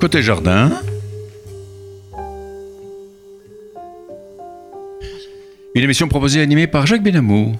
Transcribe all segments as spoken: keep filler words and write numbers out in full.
Côté Jardin. Une émission proposée et animée par Jacques Benamou.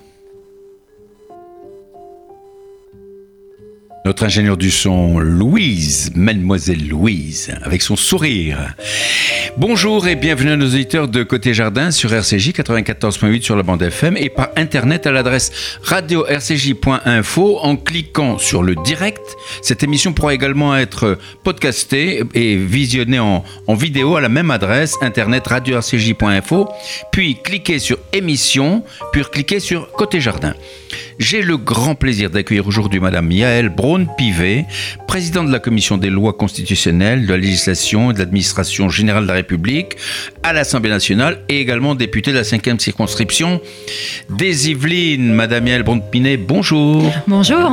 Notre ingénieur du son, Louise, mademoiselle Louise, avec son sourire. Bonjour et bienvenue à nos auditeurs de Côté Jardin sur R C J quatre-vingt-quatorze point huit sur la bande F M et par internet à l'adresse radio r c j point info. En cliquant sur le direct, cette émission pourra également être podcastée et visionnée en, en vidéo à la même adresse, internet radio r c j point info, puis cliquez sur émission, puis cliquez sur Côté Jardin. J'ai le grand plaisir d'accueillir aujourd'hui Madame Yaël Braun-Pivet, présidente de la Commission des lois constitutionnelles, de la législation et de l'administration générale de la République à l'Assemblée nationale et également députée de la cinquième circonscription des Yvelines. Madame Yaël Braun-Pivet, bonjour. Bonjour.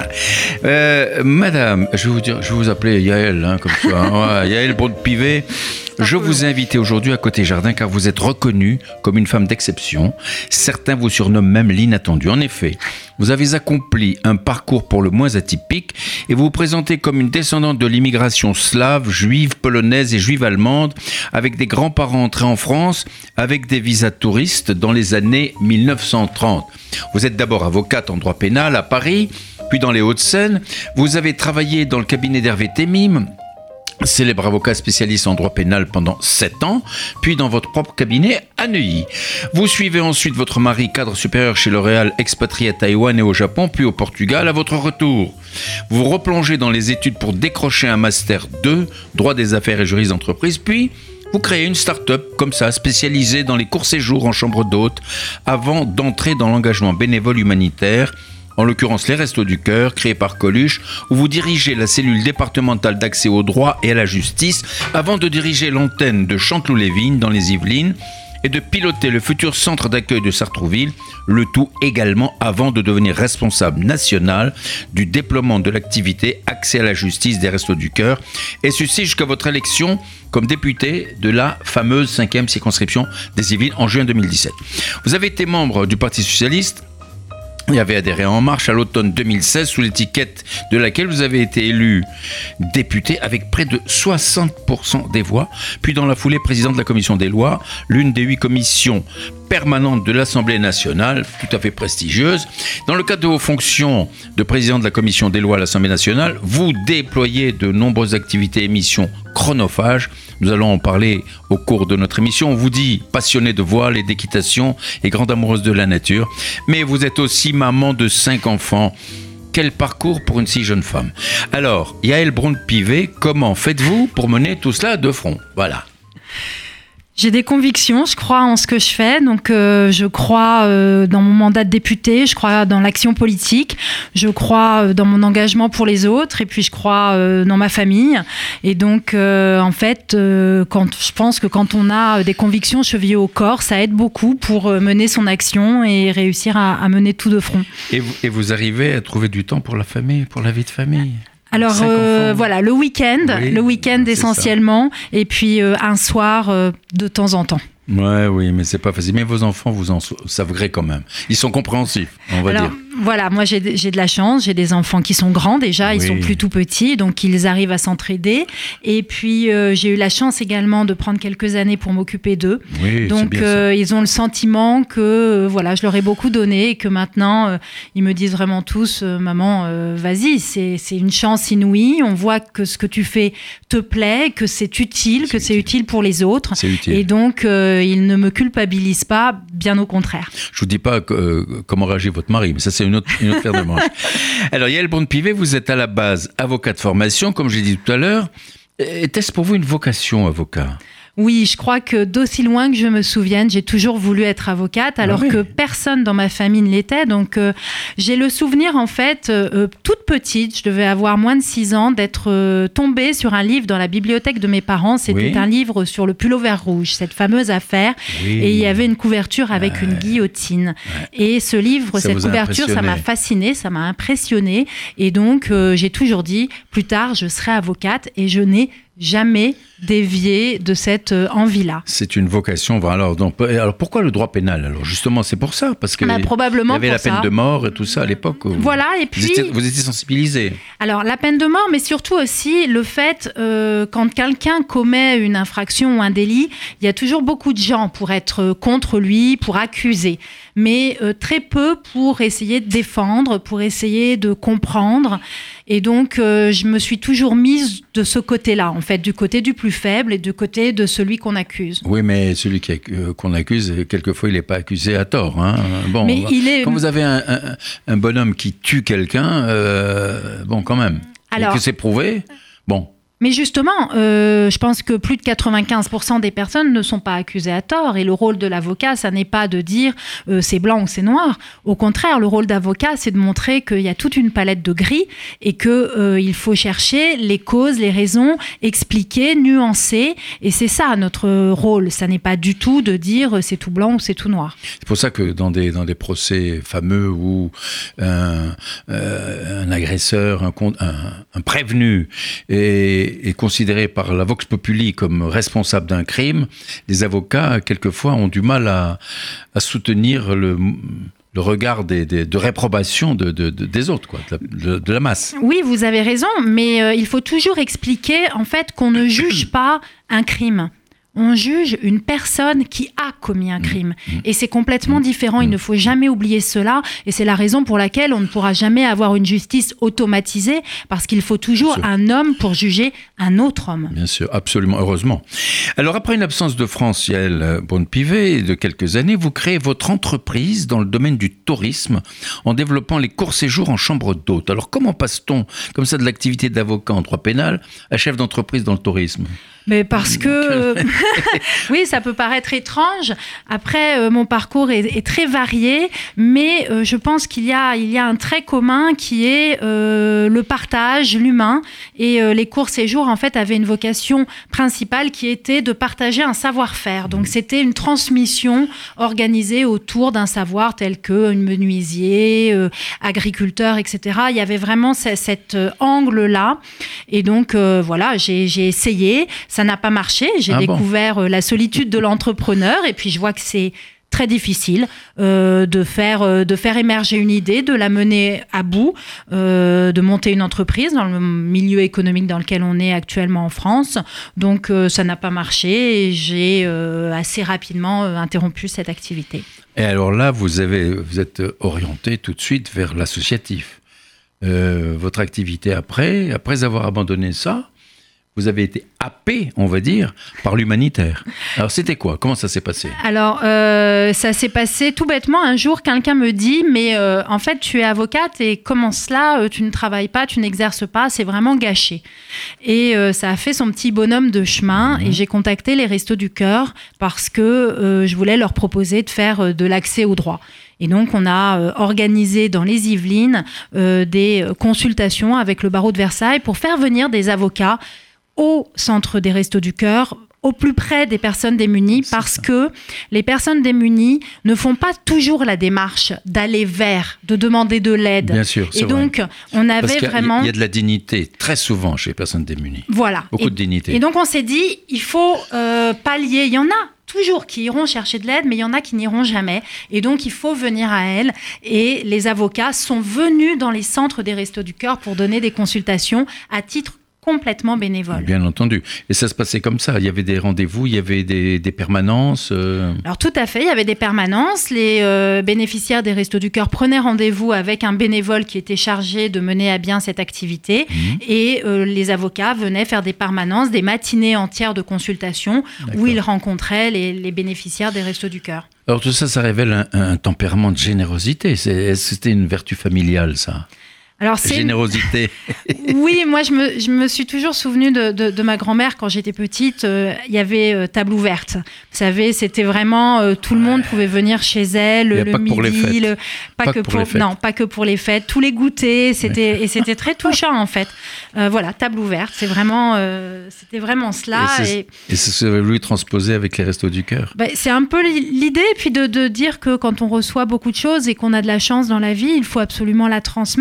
Euh, Madame, je vais vous dire, je vais vous appeler Yaël, hein, comme ça. Hein, ouais, Yaël Braun-Pivet. Je vous ai invité aujourd'hui à Côté Jardin car vous êtes reconnue comme une femme d'exception. Certains vous surnomment même l'inattendu. En effet, vous avez accompli un parcours pour le moins atypique et vous vous présentez comme une descendante de l'immigration slave, juive, polonaise et juive allemande avec des grands-parents entrés en France avec des visas touristes dans les années mille neuf cent trente. Vous êtes d'abord avocate en droit pénal à Paris, puis dans les Hauts-de-Seine. Vous avez travaillé dans le cabinet d'Hervé Temim, célèbre avocat spécialiste en droit pénal pendant sept ans, puis dans votre propre cabinet à Neuilly. Vous suivez ensuite votre mari, cadre supérieur chez L'Oréal, expatrié à Taïwan et au Japon, puis au Portugal. À votre retour, vous vous replongez dans les études pour décrocher un master deux, droit des affaires et juriste d'entreprise, puis vous créez une start-up comme ça, spécialisée dans les courts séjours en chambre d'hôte, avant d'entrer dans l'engagement bénévole humanitaire, en l'occurrence les Restos du Cœur, créés par Coluche, où vous dirigez la cellule départementale d'accès au droit et à la justice, avant de diriger l'antenne de Chanteloup-les-Vignes dans les Yvelines, et de piloter le futur centre d'accueil de Sartrouville, le tout également avant de devenir responsable national du déploiement de l'activité accès à la justice des Restos du Cœur, et ceci jusqu'à votre élection comme député de la fameuse cinquième circonscription des Yvelines en juin deux mille dix-sept. Vous avez été membre du Parti socialiste et avez adhéré à En Marche à l'automne deux mille seize, sous l'étiquette de laquelle vous avez été élu député avec près de soixante pour cent des voix, puis dans la foulée président de la commission des lois, l'une des huit commissions permanentes de l'Assemblée nationale, tout à fait prestigieuse. Dans le cadre de vos fonctions de président de la commission des lois à l'Assemblée nationale, vous déployez de nombreuses activités et missions chronophages. Nous allons en parler au cours de notre émission. On vous dit passionnée de voile et d'équitation et grande amoureuse de la nature, mais vous êtes aussi maman de cinq enfants. Quel parcours pour une si jeune femme. Alors, Yaël Braun-Pivet, comment faites-vous pour mener tout cela de front ? Voilà. J'ai des convictions, je crois en ce que je fais, donc euh, je crois euh, dans mon mandat de député, je crois dans l'action politique, je crois euh, dans mon engagement pour les autres, et puis je crois euh, dans ma famille. Et donc, euh, en fait, euh, quand, je pense que quand on a des convictions chevillées au corps, ça aide beaucoup pour euh, mener son action et réussir à, à mener tout de front. Et vous, et vous arrivez à trouver du temps pour la famille, pour la vie de famille ? Alors euh, voilà, le week-end, oui, le week-end essentiellement, ça. Et puis euh, un soir euh, de temps en temps. Ouais, oui, mais c'est pas facile. Mais vos enfants vous en savent gré quand même. Ils sont compréhensifs, on va Alors, dire. Voilà, moi j'ai, j'ai de la chance, j'ai des enfants qui sont grands déjà, oui. Ils sont plus tout petits, donc ils arrivent à s'entraider. Et puis euh, j'ai eu la chance également de prendre quelques années pour m'occuper d'eux. Oui, donc c'est bien euh, ça. Ils ont le sentiment que euh, voilà, je leur ai beaucoup donné et que maintenant euh, ils me disent vraiment tous, euh, maman, euh, vas-y, c'est, c'est une chance inouïe. On voit que ce que tu fais te plaît, que c'est utile, c'est que utile. c'est utile pour les autres. C'est utile. Et donc euh, ils ne me culpabilisent pas, bien au contraire. Je vous dis pas euh, comment réagit votre mari, mais ça c'est une autre, une autre paire de manches. Alors Yaël Braun-Pivet, vous êtes à la base avocat de formation, comme je l'ai dit tout à l'heure. Était-ce pour vous une vocation, avocat ? Oui, je crois que d'aussi loin que je me souvienne, j'ai toujours voulu être avocate, alors ah oui. que personne dans ma famille ne l'était. Donc, euh, j'ai le souvenir, en fait, euh, toute petite, je devais avoir moins de six ans, d'être euh, tombée sur un livre dans la bibliothèque de mes parents. C'était oui. un livre sur le pullover rouge, cette fameuse affaire. Oui. Et il y avait une couverture avec ouais. une guillotine. Ouais. Et ce livre, ça cette couverture, ça m'a fascinée, ça m'a impressionnée. Et donc, euh, j'ai toujours dit, plus tard, je serai avocate, et je n'ai jamais dévié de cette euh, envie-là. C'est une vocation. Alors, donc, alors pourquoi le droit pénal ? Alors justement, c'est pour ça, parce que bah, probablement il y avait la ça. peine de mort et tout ça à l'époque. Voilà, et puis vous étiez, vous étiez sensibilisé. Alors, la peine de mort, mais surtout aussi le fait, euh, quand quelqu'un commet une infraction ou un délit, il y a toujours beaucoup de gens pour être contre lui, pour accuser, mais euh, très peu pour essayer de défendre, pour essayer de comprendre. Et donc, euh, je me suis toujours mise de ce côté-là, en fait, du côté du plus faible et du côté de celui qu'on accuse. Oui, mais celui qui, euh, qu'on accuse, quelquefois, il n'est pas accusé à tort. Hein. Bon, mais il est... Quand vous avez un, un, un bonhomme qui tue quelqu'un, euh, bon, quand même, alors, et que c'est prouvé, bon... Mais justement, euh, je pense que plus de quatre-vingt-quinze pour cent des personnes ne sont pas accusées à tort. Et le rôle de l'avocat, ça n'est pas de dire euh, c'est blanc ou c'est noir. Au contraire, le rôle d'avocat, c'est de montrer qu'il y a toute une palette de gris et qu'il euh, faut chercher les causes, les raisons, expliquer, nuancer. Et c'est ça notre rôle. Ça n'est pas du tout de dire c'est tout blanc ou c'est tout noir. C'est pour ça que dans des, dans des procès fameux où un, euh, un agresseur, un, un, un prévenu est est considéré par la Vox Populi comme responsable d'un crime, les avocats, quelquefois, ont du mal à, à soutenir le, le regard des, des, de réprobation de, de, de, des autres, quoi, de, la, de la masse. Oui, vous avez raison, mais euh, il faut toujours expliquer, en fait, qu'on ne juge pas un crime. On juge une personne qui a commis un crime. Et c'est complètement différent. Il ne faut jamais oublier cela. Et c'est la raison pour laquelle on ne pourra jamais avoir une justice automatisée, parce qu'il faut toujours un homme pour juger un autre homme. Bien sûr, absolument, heureusement. Alors, après une absence de France, Yaël Braun-Pivet, de quelques années, vous créez votre entreprise dans le domaine du tourisme en développant les courts séjours en chambre d'hôte. Alors, comment passe-t-on, comme ça, de l'activité d'avocat en droit pénal à chef d'entreprise dans le tourisme ? Mais parce que, oui, ça peut paraître étrange. Après, euh, mon parcours est, est très varié, mais euh, je pense qu'il y a, il y a un trait commun qui est euh, le partage, l'humain. Et euh, les courts séjours, en fait, avaient une vocation principale qui était de partager un savoir-faire. Donc, c'était une transmission organisée autour d'un savoir tel que une menuisier, euh, agriculteur, et cetera. Il y avait vraiment c- cet euh, angle-là. Et donc, euh, voilà, j'ai, j'ai essayé. Ça n'a pas marché. J'ai ah découvert bon. la solitude de l'entrepreneur et puis je vois que c'est très difficile euh, de faire euh, de faire émerger une idée, de la mener à bout, euh, de monter une entreprise dans le milieu économique dans lequel on est actuellement en France. Donc euh, ça n'a pas marché et j'ai euh, assez rapidement euh, interrompu cette activité. Et alors là, vous avez vous êtes orienté tout de suite vers l'associatif. Euh, votre activité après, après avoir abandonné ça, vous avez été happé, on va dire, par l'humanitaire. Alors, c'était quoi ? Comment ça s'est passé ? Alors, euh, ça s'est passé tout bêtement. Un jour, quelqu'un me dit, mais euh, en fait, tu es avocate et comment cela, euh, tu ne travailles pas, tu n'exerces pas, c'est vraiment gâché. Et euh, ça a fait son petit bonhomme de chemin mmh. et j'ai contacté les Restos du Cœur parce que euh, je voulais leur proposer de faire de l'accès au droit. Et donc, on a euh, organisé dans les Yvelines euh, des consultations avec le barreau de Versailles pour faire venir des avocats au centre des Restos du Cœur, au plus près des personnes démunies, c'est parce ça. Que les personnes démunies ne font pas toujours la démarche d'aller vers, de demander de l'aide. Bien sûr, c'est Et donc, vrai. on avait parce qu'il y a, vraiment... il y a de la dignité, très souvent, chez les personnes démunies. Voilà. Beaucoup et, de dignité. Et donc, on s'est dit, il faut euh, pallier. Il y en a toujours qui iront chercher de l'aide, mais il y en a qui n'iront jamais. Et donc, il faut venir à elles. Et les avocats sont venus dans les centres des Restos du Cœur pour donner des consultations à titre complètement bénévole. Bien entendu. Et ça se passait comme ça. Il y avait des rendez-vous, il y avait des, des permanences. Euh... Alors tout à fait, il y avait des permanences. Les euh, bénéficiaires des Restos du Cœur prenaient rendez-vous avec un bénévole qui était chargé de mener à bien cette activité. Mmh. Et euh, les avocats venaient faire des permanences, des matinées entières de consultation D'accord. où ils rencontraient les, les bénéficiaires des Restos du Cœur. Alors tout ça, ça révèle un, un tempérament de générosité. C'est, c'était une vertu familiale, ça ? Alors, c'est générosité. Oui, moi je me, je me suis toujours souvenue de, de, de ma grand-mère quand j'étais petite. Il euh, y avait euh, table ouverte. Vous savez, c'était vraiment euh, tout le monde pouvait venir chez elle le pas midi, que pour les fêtes. Le, pas, pas que, que pour, pour les fêtes. Non, pas que pour les fêtes. Tous les goûters, c'était et c'était très touchant en fait. Euh, voilà, table ouverte, c'est vraiment, euh, c'était vraiment cela. Et c'est, et, et c'est ce que vous lui transposez avec les Restos du Cœur. Ben, c'est un peu l'idée, puis de, de dire que quand on reçoit beaucoup de choses et qu'on a de la chance dans la vie, il faut absolument la transmettre, la partager.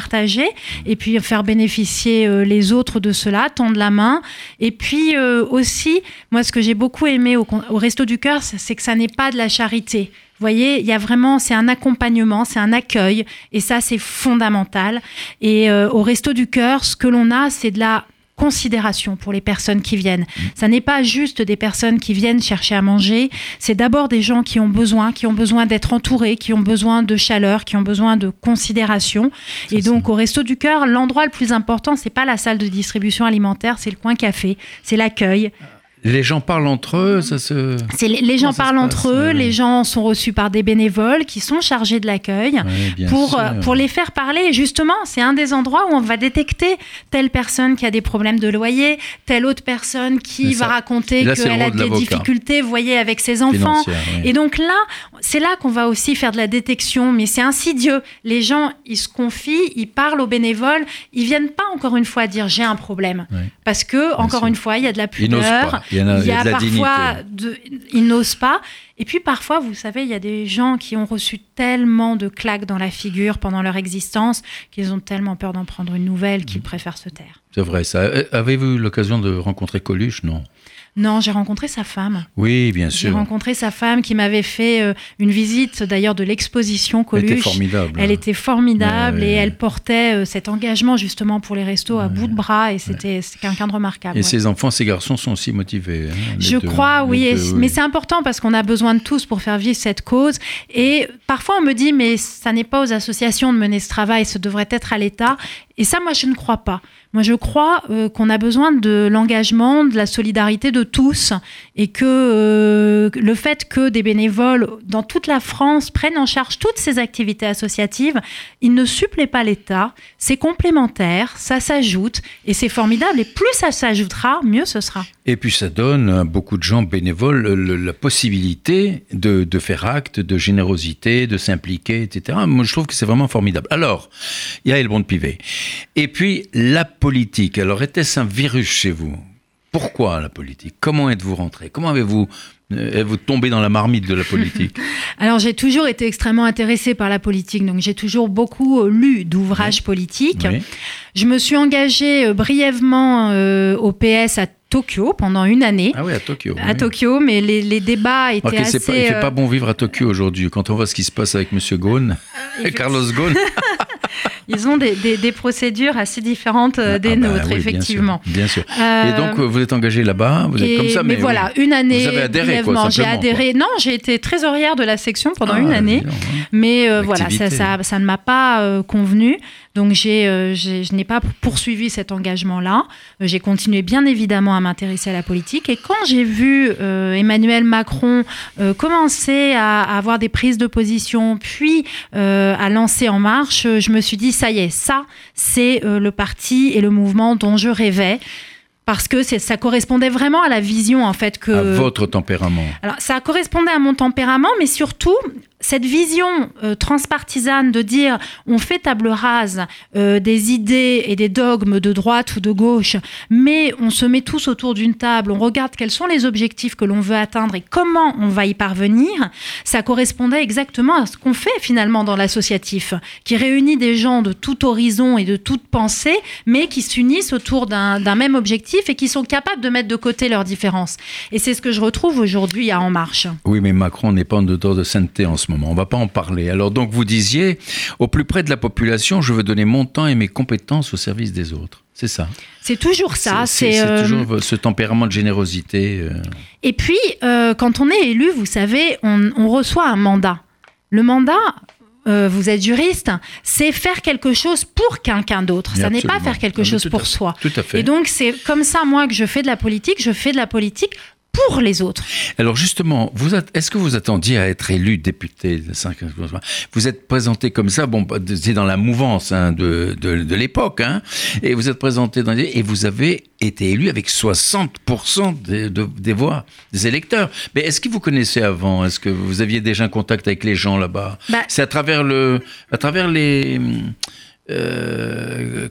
partager et puis faire bénéficier euh, les autres de cela, tendre la main. Et puis euh, aussi, moi, ce que j'ai beaucoup aimé au, au Resto du Cœur, c'est que ça n'est pas de la charité. Vous voyez, il y a vraiment, c'est un accompagnement, c'est un accueil, et ça, c'est fondamental. Et euh, au Resto du Cœur, ce que l'on a, c'est de la considération pour les personnes qui viennent. Ça n'est pas juste des personnes qui viennent chercher à manger, c'est d'abord des gens qui ont besoin, qui ont besoin d'être entourés, qui ont besoin de chaleur, qui ont besoin de considération. C'est et donc, ça. Au Resto du Cœur, l'endroit le plus important, c'est pas la salle de distribution alimentaire, c'est le coin café, c'est l'accueil. Les gens parlent entre eux, ça se... C'est les, les gens parlent entre eux, ouais. Les gens sont reçus par des bénévoles qui sont chargés de l'accueil ouais, pour, pour les faire parler. Justement, c'est un des endroits où on va détecter telle personne qui a des problèmes de loyer, telle autre personne qui va raconter qu'elle a des difficultés, vous voyez, avec ses enfants. Oui. Et donc là, c'est là qu'on va aussi faire de la détection, mais c'est insidieux. Les gens, ils se confient, ils parlent aux bénévoles, ils viennent pas encore une fois dire j'ai un problème. Oui. Parce que, bien encore sûr. Une fois, il y a de la pudeur. Il y, a, il y a, il y a parfois, de, ils n'osent pas. Et puis parfois, vous savez, il y a des gens qui ont reçu tellement de claques dans la figure pendant leur existence qu'ils ont tellement peur d'en prendre une nouvelle qu'ils mmh. préfèrent se taire. C'est vrai, ça. Avez-vous eu l'occasion de rencontrer Coluche? Non. Non, j'ai rencontré sa femme. Oui, bien sûr. J'ai rencontré sa femme qui m'avait fait euh, une visite d'ailleurs de l'exposition Coluche. Elle était formidable. Elle était formidable ouais, et ouais. Elle portait euh, cet engagement justement pour les restos ouais. à bout de bras et c'était, ouais. c'était quelqu'un de remarquable. Et ouais. ses enfants, ses garçons sont aussi motivés. Hein, Je deux, crois, oui, deux, et, oui. Mais c'est important parce qu'on a besoin de tous pour faire vivre cette cause. Et parfois on me dit, mais ça n'est pas aux associations de mener ce travail, ça devrait être à l'État. Et ça, moi, je ne crois pas. Moi, je crois euh, qu'on a besoin de l'engagement, de la solidarité de tous et que euh, le fait que des bénévoles dans toute la France prennent en charge toutes ces activités associatives, il ne supplée pas l'État, c'est complémentaire, ça s'ajoute et c'est formidable. Et plus ça s'ajoutera, mieux ce sera. Et puis ça donne à beaucoup de gens bénévoles le, la possibilité de, de faire acte de générosité, de s'impliquer, et cetera. Moi, je trouve que c'est vraiment formidable. Alors, Yaël Braun-Pivet. Et puis, la politique. Alors, était-ce un virus chez vous? Pourquoi la politique? Comment êtes-vous rentré? Comment avez-vous, euh, êtes-vous tombé dans la marmite de la politique? Alors, j'ai toujours été extrêmement intéressée par la politique. Donc, j'ai toujours beaucoup lu d'ouvrages oui. politiques. Oui. Je me suis engagée euh, brièvement euh, au P S à Tokyo pendant une année. Ah oui, à Tokyo. À oui. Tokyo, mais les, les débats étaient okay, assez... Pas, il ne fait pas bon vivre à Tokyo aujourd'hui. Quand on voit ce qui se passe avec M. Ghosn, euh, Carlos Ghosn... Ils ont des, des, des procédures assez différentes euh, des ah bah, nôtres, oui, effectivement. Bien sûr. Bien sûr. Euh, et donc, vous êtes engagé là-bas, vous êtes et, comme ça, mais... Mais voilà, oui. une année, vous avez adhéré, quoi, j'ai adhéré... Quoi. Non, j'ai été trésorière de la section pendant ah, une année, évidemment, hein. mais euh, voilà, ça, ça, ça ne m'a pas euh, convenu. Donc, j'ai, euh, j'ai, je n'ai pas poursuivi cet engagement-là. J'ai continué, bien évidemment, à m'intéresser à la politique. Et quand j'ai vu euh, Emmanuel Macron euh, commencer à, à avoir des prises de position, puis euh, à lancer En Marche, je me suis dit, ça y est, ça, c'est euh, le parti et le mouvement dont je rêvais. Parce que c'est, ça correspondait vraiment à la vision, en fait, que... À votre tempérament. Alors, ça correspondait à mon tempérament, mais surtout, cette vision euh, transpartisane de dire on fait table rase euh, des idées et des dogmes de droite ou de gauche, mais on se met tous autour d'une table, on regarde quels sont les objectifs que l'on veut atteindre et comment on va y parvenir, ça correspondait exactement à ce qu'on fait finalement dans l'associatif, qui réunit des gens de tout horizon et de toute pensée, mais qui s'unissent autour d'un, d'un même objectif et qui sont capables de mettre de côté leurs différences. Et c'est ce que je retrouve aujourd'hui à En Marche. Oui, mais Macron n'est pas en dehors de sainteté en ce moment. On ne va pas en parler. Alors donc, vous disiez, au plus près de la population, je veux donner mon temps et mes compétences au service des autres. C'est ça. C'est toujours ça. C'est, c'est, c'est, c'est euh... toujours ce tempérament de générosité. Euh... Et puis, euh, quand on est élu, vous savez, on, on reçoit un mandat. Le mandat... Euh, vous êtes juriste, c'est faire quelque chose pour quelqu'un d'autre. Mais ça absolument. N'est pas faire quelque non, chose pour soi. Tout à fait. Et donc, c'est comme ça, moi, que je fais de la politique. Je fais de la politique pour les autres. Alors justement, vous êtes, est-ce que vous attendiez à être élu député? Vous êtes présenté comme ça, bon, c'est dans la mouvance hein, de, de, de l'époque, hein, et vous êtes présenté dans les, et vous avez été élu avec soixante pour cent des, de, des voix des électeurs. Mais est-ce que vous connaissez avant? Est-ce que vous aviez déjà un contact avec les gens là-bas? Bah, c'est à travers le, à travers les... Euh,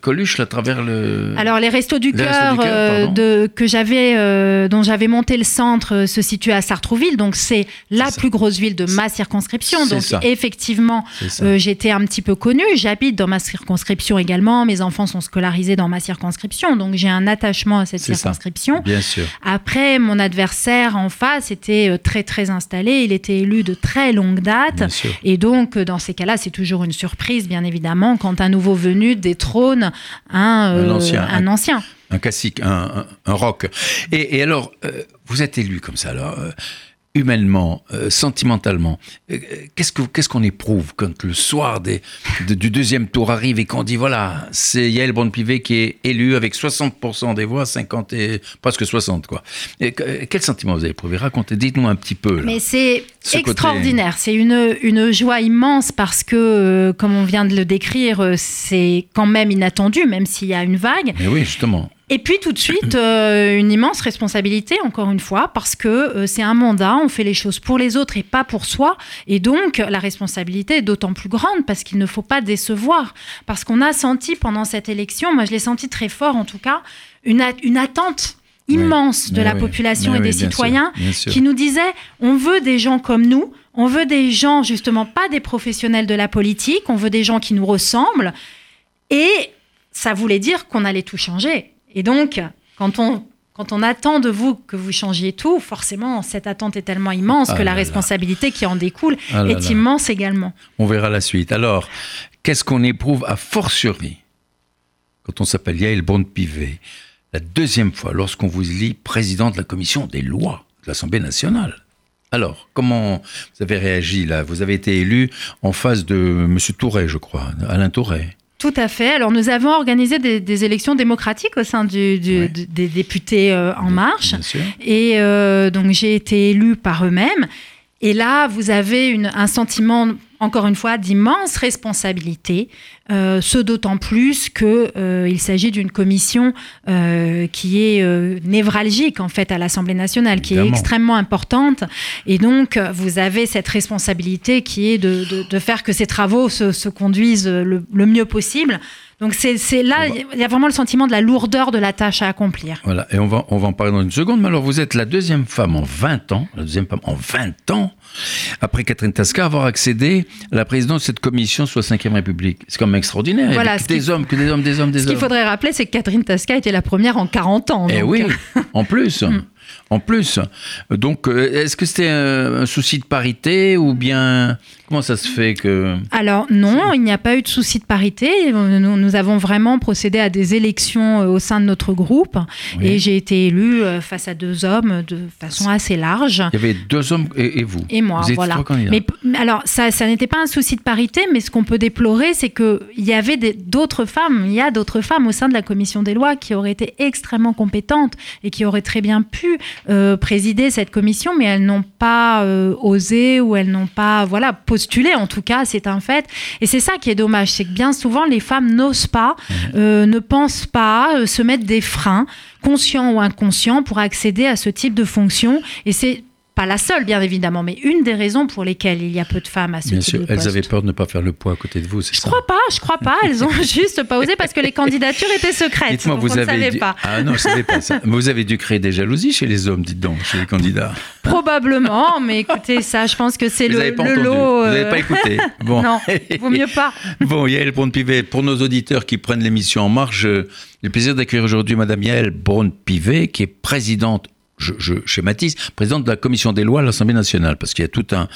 Coluche à travers le... Alors les Restos du les Cœur, Restos du Cœur, euh, de, que j'avais, euh, dont j'avais monté le centre euh, se situe à Sartrouville, donc c'est la C'est plus grosse ville de ma circonscription. C'est Donc ça. effectivement, euh, j'étais un petit peu connue. J'habite dans ma circonscription également. Mes enfants sont scolarisés dans ma circonscription, donc j'ai un attachement à cette C'est circonscription. ça. Bien sûr. Après, mon adversaire en face était très très installé. Il était élu de très longue date. Bien sûr. Et donc, dans ces cas-là, c'est toujours une surprise, bien évidemment, quand un nouveau venu détrône un, euh, Un ancien. un ancien. Un classique, un, un, un rock. Et, et alors, euh, vous êtes élu comme ça, alors, euh, humainement, euh, sentimentalement, euh, qu'est-ce, que, qu'est-ce qu'on éprouve quand le soir des, de, du deuxième tour arrive et qu'on dit, voilà, c'est Yaël Braun-Pivet qui est élu avec soixante pour cent des voix, cinquante et presque soixante, quoi. Et, quel sentiment vous avez éprouvé? Racontez, dites-nous un petit peu. Là, Mais c'est ce extraordinaire, côté... c'est une, une joie immense parce que, euh, comme on vient de le décrire, c'est quand même inattendu, même s'il y a une vague. Mais oui, justement. Et puis tout de suite, euh, une immense responsabilité, encore une fois, parce que euh, c'est un mandat, on fait les choses pour les autres et pas pour soi. Et donc, la responsabilité est d'autant plus grande parce qu'il ne faut pas décevoir. Parce qu'on a senti pendant cette élection, moi je l'ai senti très fort en tout cas, une, a- une attente immense oui, de la oui, population oui, et oui, des bien citoyens sûr, bien sûr. qui nous disaient, on veut des gens comme nous, on veut des gens justement pas des professionnels de la politique, on veut des gens qui nous ressemblent. Et ça voulait dire qu'on allait tout changer. Et donc, quand on, quand on attend de vous que vous changiez tout, forcément, cette attente est tellement immense ah que la là responsabilité là. qui en découle ah là est là. immense également. On verra la suite. Alors, qu'est-ce qu'on éprouve a fortiori quand on s'appelle Yaël Braun-Pivet, la deuxième fois, lorsqu'on vous lit président de la commission des lois de l'Assemblée nationale? Alors, comment vous avez réagi là? Vous avez été élu en face de M. Touret, je crois, Alain Touret. Tout à fait. Alors, nous avons organisé des, des élections démocratiques au sein du, du, Oui. du- des députés euh, En Marche. Bien sûr. Et euh, donc, j'ai été élue par eux-mêmes. Et là, vous avez une, un sentiment, encore une fois, d'immense responsabilité, euh, ce d'autant plus qu'il euh, s'agit d'une commission euh, qui est euh, névralgique, en fait, à l'Assemblée nationale, qui Évidemment. est extrêmement importante. Et donc, vous avez cette responsabilité qui est de, de, de faire que ces travaux se, se conduisent le, le mieux possible. Donc, c'est, c'est là, il y a vraiment le sentiment de la lourdeur de la tâche à accomplir. Voilà, et on va, on va en parler dans une seconde, mais alors vous êtes la deuxième femme en vingt ans, la deuxième femme en vingt ans, après Catherine Tasca, à avoir accédé à la présidence de cette commission sur la cinquième République. C'est quand même extraordinaire, il y Voilà, avait ce que des qui- hommes, que des hommes, des hommes, des Ce hommes. qu'il faudrait rappeler, c'est que Catherine Tasca était la première en quarante ans. Eh donc, oui, euh, en plus, en plus. Donc, euh, est-ce que c'était un, un souci de parité ou bien comment ça se fait que... Alors non, il n'y a pas eu de souci de parité. Nous, nous avons vraiment procédé à des élections euh, au sein de notre groupe Oui. et j'ai été élue euh, face à deux hommes de façon assez large. Il y avait deux hommes et, et vous. Et moi, vous étiez voilà. trois candidats. Mais p- alors, ça, ça n'était pas un souci de parité, mais ce qu'on peut déplorer, c'est qu'il y avait des- d'autres femmes, il y a d'autres femmes au sein de la commission des lois qui auraient été extrêmement compétentes et qui auraient très bien pu euh, présider cette commission, mais elles n'ont pas euh, osé ou elles n'ont pas, voilà, postulé. En tout cas, c'est un fait. Et c'est ça qui est dommage, c'est que bien souvent, les femmes n'osent pas, euh, ne pensent pas, euh, se mettre des freins, conscients ou inconscients, pour accéder à ce type de fonction. Et c'est pas la seule, bien évidemment, mais une des raisons pour lesquelles il y a peu de femmes à ce Bien type sûr, de elles poste. avaient peur de ne pas faire le poids à côté de vous, c'est Je ça? crois pas, je crois pas. Elles ont juste pas osé parce que les candidatures étaient secrètes. Dites-moi, donc vous on ne avez savait dû... pas. Ah non, je savais pas ça. Mais vous avez dû créer des jalousies chez les hommes, dites donc, chez les candidats. Probablement, mais écoutez, ça, je pense que c'est Vous le, n'avez pas le entendu, lot. vous euh, n'avez pas écouté. Bon. Non, vaut mieux pas. Bon, Yaël Braun-Pivet, pour nos auditeurs qui prennent l'émission En Marche, j'ai le plaisir d'accueillir aujourd'hui Madame Yaël Braun-Pivet, qui est présidente, je, je schématise, présidente de la commission des lois à l'Assemblée nationale, parce qu'il y a tout un,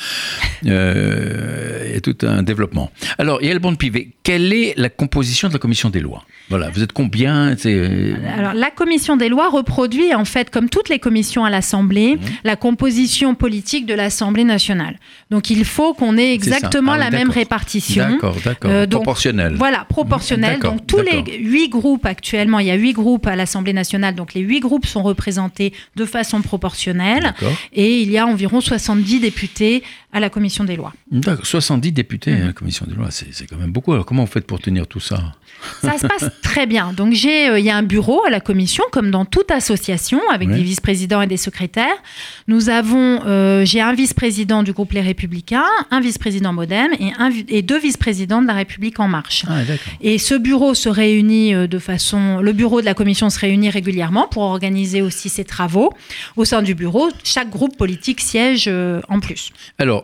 euh, il y a tout un développement. Alors, Yaël Braun-Pivet, quelle est la composition de la commission des lois? Voilà, vous êtes combien? C'est... Alors, la commission des lois reproduit, en fait, comme toutes les commissions à l'Assemblée, mmh. la composition politique de l'Assemblée nationale. Donc, il faut qu'on ait exactement ah, oui, la même répartition. D'accord, d'accord. Euh, proportionnelle. Voilà, proportionnelle. D'accord, donc, tous d'accord. les huit groupes, actuellement, il y a huit groupes à l'Assemblée nationale. Donc, les huit groupes sont représentés de façon proportionnelle. D'accord. Et il y a environ soixante-dix députés à la commission des lois. D'accord, soixante-dix députés mmh. à la commission des lois, c'est, c'est quand même beaucoup. Alors comment vous faites pour tenir tout ça ? Ça se passe très bien. Donc, j'ai, euh, il y a un bureau à la commission, comme dans toute association, avec oui. des vice-présidents et des secrétaires. Nous avons, euh, j'ai un vice-président du groupe Les Républicains, un vice-président Modem et, un, et deux vice-présidents de La République En Marche. Ah, d'accord. Et ce bureau se réunit de façon... Le bureau de la commission se réunit régulièrement pour organiser aussi ses travaux. Au sein du bureau, chaque groupe politique siège euh, en plus. Alors,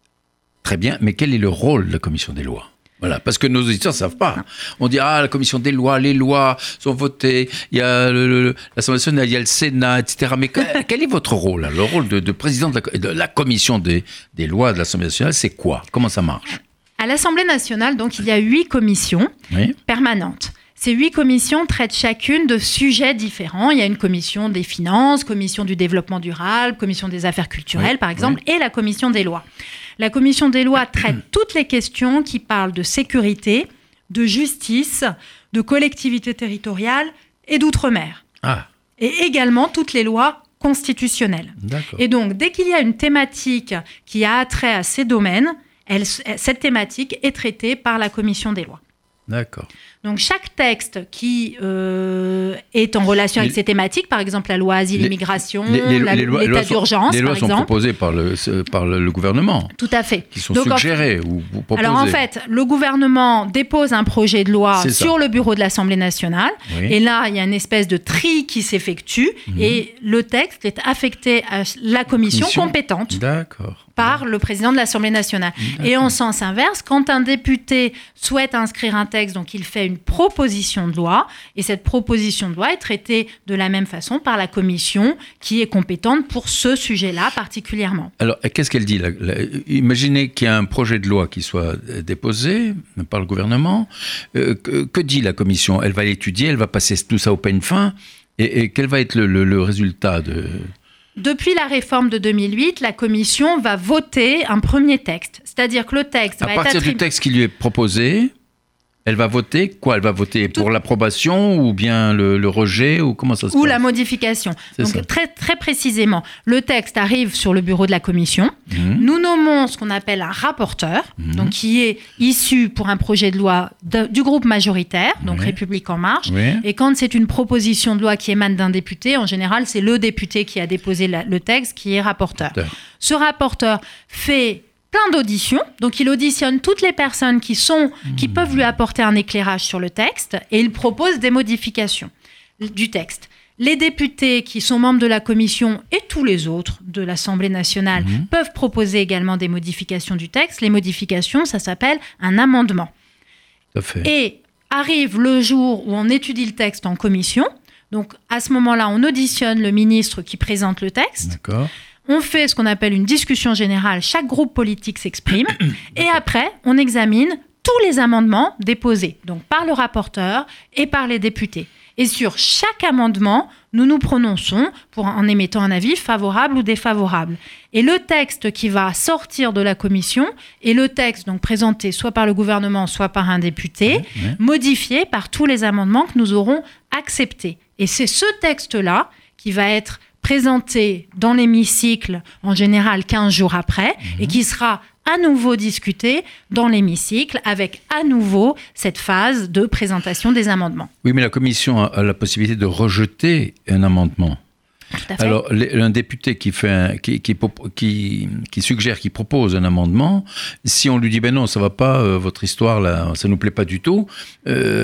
très bien, mais quel est le rôle de la commission des lois ? Voilà, parce que nos auditeurs ne savent pas. On dit, ah, la commission des lois, les lois sont votées, il y a le, le, l'Assemblée nationale, il y a le Sénat, et cetera. Mais quel est votre rôle, là ? Le rôle de, de président de la, de la commission des, des lois de l'Assemblée nationale, c'est quoi ? Comment ça marche ? À l'Assemblée nationale, donc, il y a huit commissions oui. permanentes. Ces huit commissions traitent chacune de sujets différents. Il y a une commission des finances, commission du développement durable, commission des affaires culturelles, oui, par exemple, oui. et la commission des lois. La commission des lois traite toutes les questions qui parlent de sécurité, de justice, de collectivité territoriale et d'outre-mer. Ah. Et également toutes les lois constitutionnelles. D'accord. Et donc, dès qu'il y a une thématique qui a attrait à ces domaines, elle, cette thématique est traitée par la commission des lois. D'accord. Donc, chaque texte qui euh, est en relation avec les, ces thématiques, par exemple la loi asile et migration, les, les, la, les lois, l'état les d'urgence, les lois par sont exemple. proposées par le, par le, le gouvernement. Tout à fait. Qui sont Donc, suggérées ou, ou proposées. Alors, en fait, le gouvernement dépose un projet de loi sur le bureau de l'Assemblée nationale. Oui. Et là, il y a une espèce de tri qui s'effectue. Mmh. Et le texte est affecté à la commission, commission compétente. D'accord. Par le président de l'Assemblée nationale. D'accord. Et en sens inverse, quand un député souhaite inscrire un texte, donc il fait une proposition de loi, et cette proposition de loi est traitée de la même façon par la commission qui est compétente pour ce sujet-là particulièrement. Alors, qu'est-ce qu'elle dit là, là, imaginez qu'il y a un projet de loi qui soit déposé par le gouvernement. Euh, que, que dit la commission ? Elle va l'étudier, elle va passer tout ça au peigne fin, et, et quel va être le, le, le résultat de... Depuis la réforme de deux mille huit, la commission va voter un premier texte. C'est-à-dire que le texte à va être... À partir attrib... du texte qui lui est proposé, elle va voter quoi ? Elle va voter Tout... pour l'approbation ou bien le, le rejet ou comment ça se ou passe ? Ou la modification. C'est Donc ça. Très, très précisément, le texte arrive sur le bureau de la commission. Mmh. Nous nommons ce qu'on appelle un rapporteur, mmh. donc qui est issu pour un projet de loi de, du groupe majoritaire, donc oui. République En Marche. Oui. Et quand c'est une proposition de loi qui émane d'un député, en général, c'est le député qui a déposé la, le texte qui est rapporteur. D'accord. Ce rapporteur fait... plein d'auditions, donc il auditionne toutes les personnes qui, sont, qui peuvent lui apporter un éclairage sur le texte et il propose des modifications du texte. Les députés qui sont membres de la commission et tous les autres de l'Assemblée nationale mmh. peuvent proposer également des modifications du texte. Les modifications, ça s'appelle un amendement. Tout à fait. Et arrive le jour où on étudie le texte en commission. Donc à ce moment-là, on auditionne le ministre qui présente le texte. D'accord. On fait ce qu'on appelle une discussion générale, chaque groupe politique s'exprime, et après, on examine tous les amendements déposés, donc par le rapporteur et par les députés. Et sur chaque amendement, nous nous prononçons pour, en émettant un avis favorable ou défavorable. Et le texte qui va sortir de la commission est le texte donc présenté soit par le gouvernement, soit par un député, mmh, mmh. modifié par tous les amendements que nous aurons acceptés. Et c'est ce texte-là qui va être présenté dans l'hémicycle en général quinze jours après mmh. et qui sera à nouveau discuté dans l'hémicycle avec à nouveau cette phase de présentation des amendements. Oui, mais la commission a la possibilité de rejeter un amendement. Tout à fait. Alors, les, un député qui, fait un, qui, qui, qui, qui suggère, qui propose un amendement, si on lui dit « ben non, ça ne va pas, euh, votre histoire, là, ça ne nous plaît pas du tout euh, »,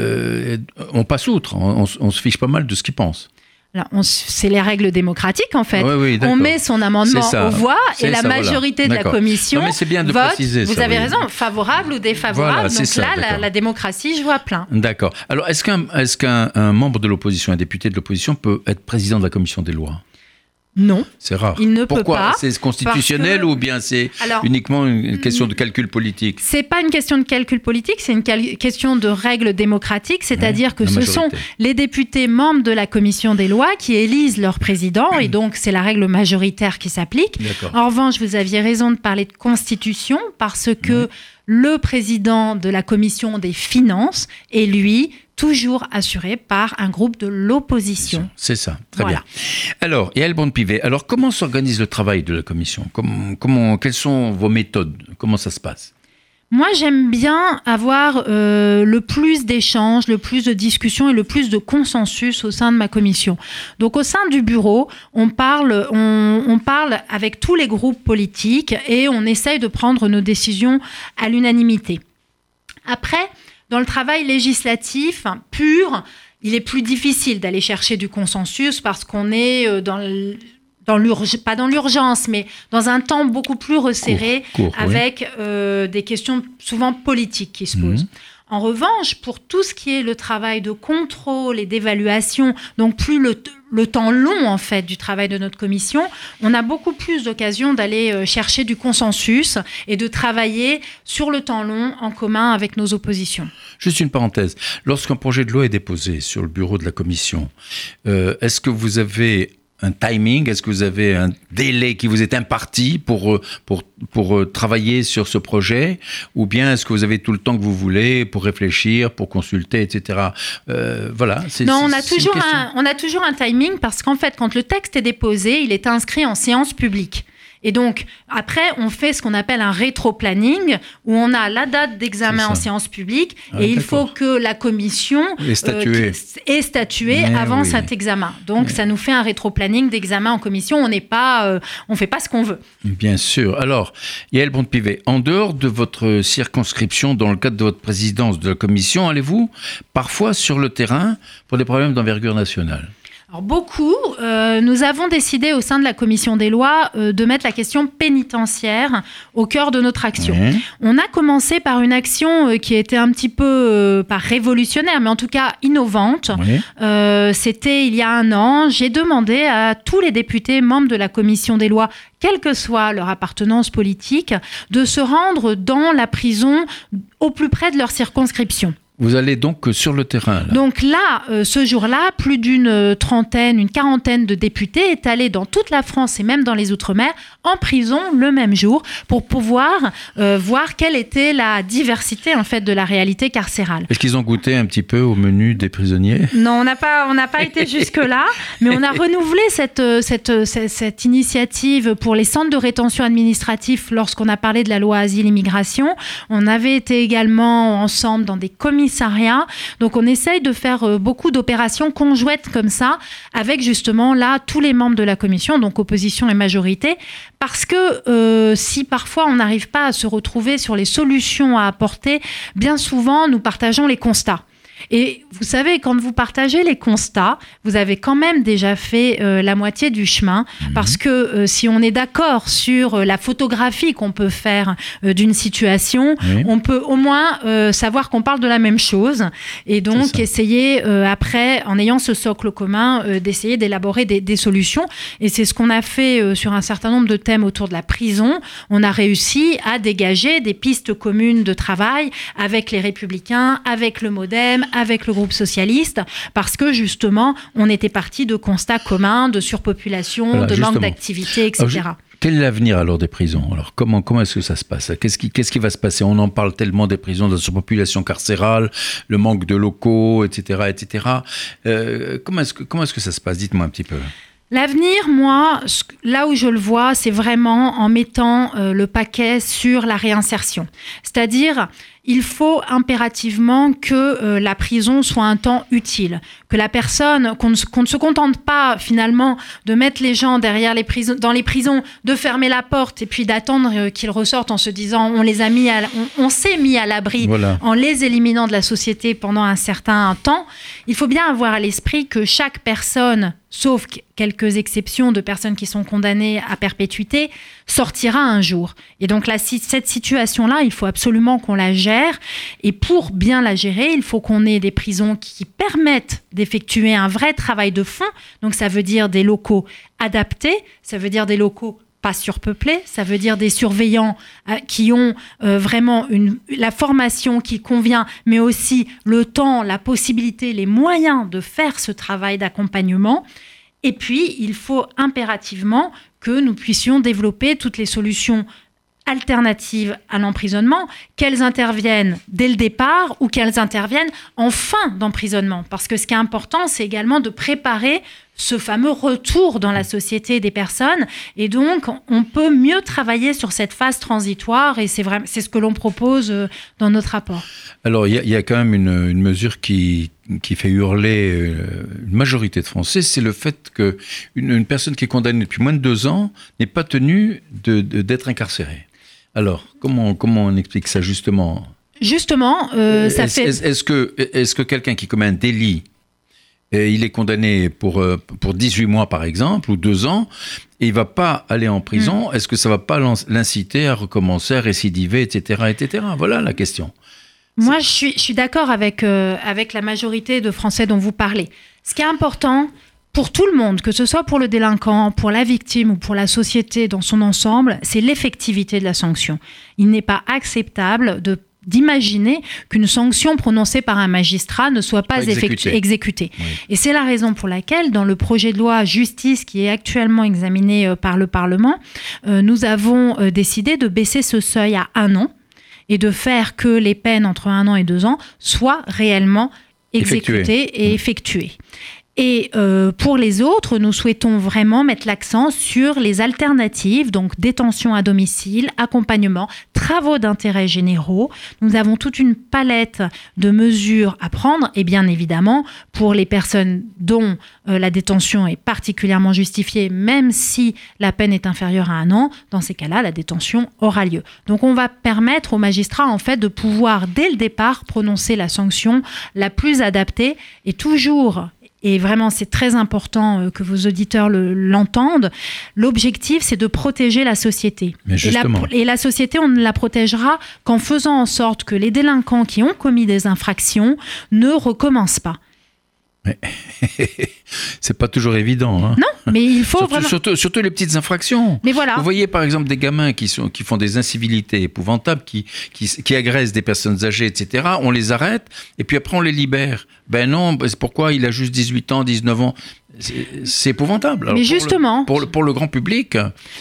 on passe outre, on, on, on se fiche pas mal de ce qu'il pense. Alors, on, c'est les règles démocratiques, en fait. Oui, oui, on met son amendement aux voix et la ça, majorité voilà. de la commission non, mais c'est bien de vote, préciser vous ça, avez oui. raison, favorable ou défavorable. Voilà, donc ça, là, la, la démocratie joue à plein. D'accord. Alors, est-ce qu'un, est-ce qu'un un membre de l'opposition, un député de l'opposition peut être président de la commission des lois ? Non. C'est rare. Il ne Pourquoi ? peut pas. C'est constitutionnel que... ou bien c'est Alors, uniquement une question de calcul politique ? C'est pas une question de calcul politique, c'est une cal- question de règles démocratiques, c'est-à-dire ouais, que ce sont les députés membres de la commission des lois qui élisent leur président et donc c'est la règle majoritaire qui s'applique. D'accord. En revanche, vous aviez raison de parler de constitution parce que ouais. le président de la commission des finances et lui, toujours assuré par un groupe de l'opposition. C'est ça, très voilà. bien. Alors, Yaël Braun-Pivet, alors comment s'organise le travail de la commission ? comment, comment, Quelles sont vos méthodes ? Comment ça se passe ? Moi, j'aime bien avoir euh, le plus d'échanges, le plus de discussions et le plus de consensus au sein de ma commission. Donc, au sein du bureau, on parle, on, on parle avec tous les groupes politiques et on essaye de prendre nos décisions à l'unanimité. Après, dans le travail législatif pur, il est plus difficile d'aller chercher du consensus parce qu'on est dans le... Dans l'urg- pas dans l'urgence, mais dans un temps beaucoup plus resserré, court, court, avec oui. euh, des questions souvent politiques qui se posent. Mmh. En revanche, pour tout ce qui est le travail de contrôle et d'évaluation, donc plus le, le temps long en fait du travail de notre commission, on a beaucoup plus d'occasions d'aller chercher du consensus et de travailler sur le temps long en commun avec nos oppositions. Juste une parenthèse. Lorsqu'un projet de loi est déposé sur le bureau de la commission, euh, est-ce que vous avez un timing? Est-ce que vous avez un délai qui vous est imparti pour, pour, pour travailler sur ce projet? Ou bien est-ce que vous avez tout le temps que vous voulez pour réfléchir, pour consulter, et cetera. Euh, voilà. C'est, non, c'est, on a, c'est toujours un, on a toujours un timing parce qu'en fait, quand le texte est déposé, il est inscrit en séance publique. Et donc, après, on fait ce qu'on appelle un rétro-planning, où on a la date d'examen en séance publique, ah, et il faut que la commission ait statué, euh, ait statué avant oui. cet examen. Donc, oui. ça nous fait un rétro-planning d'examen en commission. On n'est pas, euh, on fait pas ce qu'on veut. Bien sûr. Alors, Yaël Braun-Pivet, en dehors de votre circonscription, dans le cadre de votre présidence de la commission, allez-vous parfois sur le terrain pour des problèmes d'envergure nationale ? Alors beaucoup. Euh, nous avons décidé au sein de la commission des lois euh, de mettre la question pénitentiaire au cœur de notre action. Mmh. On a commencé par une action euh, qui était un petit peu, euh, pas révolutionnaire, mais en tout cas innovante. Mmh. Euh, c'était il y a un an. J'ai demandé à tous les députés membres de la commission des lois, quelle que soit leur appartenance politique, de se rendre dans la prison au plus près de leur circonscription. Vous allez donc sur le terrain, là. Donc là, euh, ce jour-là, plus d'une trentaine, une quarantaine de députés est allé dans toute la France et même dans les Outre-mer en prison le même jour pour pouvoir euh, voir quelle était la diversité en fait de la réalité carcérale. Est-ce qu'ils ont goûté un petit peu au menu des prisonniers ? Non, on n'a pas, on n'a pas été jusque-là, mais on a renouvelé cette, cette, cette, cette initiative pour les centres de rétention administrative lorsqu'on a parlé de la loi Asile-Immigration. On avait été également ensemble dans des comités donc on essaye de faire beaucoup d'opérations conjointes comme ça avec justement là tous les membres de la commission, donc opposition et majorité, parce que euh, si parfois on n'arrive pas à se retrouver sur les solutions à apporter, bien souvent nous partageons les constats. Et vous savez, quand vous partagez les constats, vous avez quand même déjà fait euh, la moitié du chemin, mmh. parce que euh, si on est d'accord sur euh, la photographie qu'on peut faire euh, d'une situation, oui. on peut au moins euh, savoir qu'on parle de la même chose, et donc essayer euh, après, en ayant ce socle commun, euh, d'essayer d'élaborer des, des solutions. Et c'est ce qu'on a fait euh, sur un certain nombre de thèmes autour de la prison. On a réussi à dégager des pistes communes de travail avec les Républicains, avec le MoDem, avec le groupe socialiste, parce que justement, on était parti de constats communs, de surpopulation, voilà, de justement. manque d'activité, et cetera. Alors, quel est l'avenir alors des prisons ? Alors comment, comment est-ce que ça se passe ? Qu'est-ce qui, qu'est-ce qui va se passer ? On en parle tellement des prisons, de la surpopulation carcérale, le manque de locaux, et cetera, et cetera. Euh, comment est-ce que, comment est-ce que ça se passe ? Dites-moi un petit peu. L'avenir, moi, là où je le vois, c'est vraiment en mettant euh, le paquet sur la réinsertion. C'est-à-dire, il faut impérativement que euh, la prison soit un temps utile, que la personne, qu'on ne, qu'on ne se contente pas finalement de mettre les gens derrière les prisons, dans les prisons, de fermer la porte et puis d'attendre euh, qu'ils ressortent en se disant on les a mis, à, on, on s'est mis à l'abri voilà. en les éliminant de la société pendant un certain temps. Il faut bien avoir à l'esprit que chaque personne, sauf quelques exceptions de personnes qui sont condamnées à perpétuité, sortira un jour. Et donc là, cette situation-là, il faut absolument qu'on la gère. Et pour bien la gérer, il faut qu'on ait des prisons qui permettent d'effectuer un vrai travail de fond. Donc ça veut dire des locaux adaptés, ça veut dire des locaux pas surpeuplés, ça veut dire des surveillants euh, qui ont euh, vraiment une, la formation qui convient, mais aussi le temps, la possibilité, les moyens de faire ce travail d'accompagnement. Et puis, il faut impérativement que nous puissions développer toutes les solutions alternatives à l'emprisonnement, qu'elles interviennent dès le départ ou qu'elles interviennent en fin d'emprisonnement. Parce que ce qui est important, c'est également de préparer ce fameux retour dans la société des personnes. Et donc, on peut mieux travailler sur cette phase transitoire et c'est, vraiment, c'est ce que l'on propose dans notre rapport. Alors, il y, y a quand même une, une mesure qui, qui fait hurler une majorité de Français, c'est le fait qu'une une personne qui est condamnée depuis moins de deux ans n'est pas tenue de, de, d'être incarcérée. Alors, comment, comment on explique ça justement ? Justement, euh, ça est-ce, fait... Est-ce, est-ce, que, est-ce que quelqu'un qui commet un délit, et il est condamné pour, pour dix-huit mois par exemple, ou deux ans, et il ne va pas aller en prison, mmh. est-ce que ça ne va pas l'inciter à recommencer, à récidiver, et cetera, et cetera. Voilà la question. Moi, je suis, je suis d'accord avec, euh, avec la majorité de Français dont vous parlez. Ce qui est important pour tout le monde, que ce soit pour le délinquant, pour la victime ou pour la société dans son ensemble, c'est l'effectivité de la sanction. Il n'est pas acceptable de d'imaginer qu'une sanction prononcée par un magistrat ne soit pas, pas exécutée. Effectu- exécutée. Oui. Et c'est la raison pour laquelle, dans le projet de loi justice qui est actuellement examiné euh, par le Parlement, euh, nous avons euh, décidé de baisser ce seuil à un an et de faire que les peines entre un an et deux ans soient réellement exécutées Effectué. et mmh. effectuées. Et euh, pour les autres, nous souhaitons vraiment mettre l'accent sur les alternatives, donc détention à domicile, accompagnement, travaux d'intérêt généraux. Nous avons toute une palette de mesures à prendre et bien évidemment, pour les personnes dont euh, la détention est particulièrement justifiée, même si la peine est inférieure à un an, dans ces cas-là, la détention aura lieu. Donc on va permettre aux magistrats en fait de pouvoir dès le départ prononcer la sanction la plus adaptée et toujours... Et vraiment, c'est très important que vos auditeurs le, l'entendent. L'objectif, c'est de protéger la société. Mais justement. Et la, et la société, on ne la protégera qu'en faisant en sorte que les délinquants qui ont commis des infractions ne recommencent pas. Mais c'est pas toujours évident. Hein. Non, mais il faut surtout, vraiment... Surtout, surtout les petites infractions. Mais voilà. Vous voyez par exemple des gamins qui, sont, qui font des incivilités épouvantables, qui, qui, qui agressent des personnes âgées, et cetera. On les arrête et puis après on les libère. Ben non, c'est pourquoi il a juste dix-huit ans, dix-neuf ans. C'est, c'est épouvantable. Alors, mais pour justement... Le, pour, le, pour le grand public...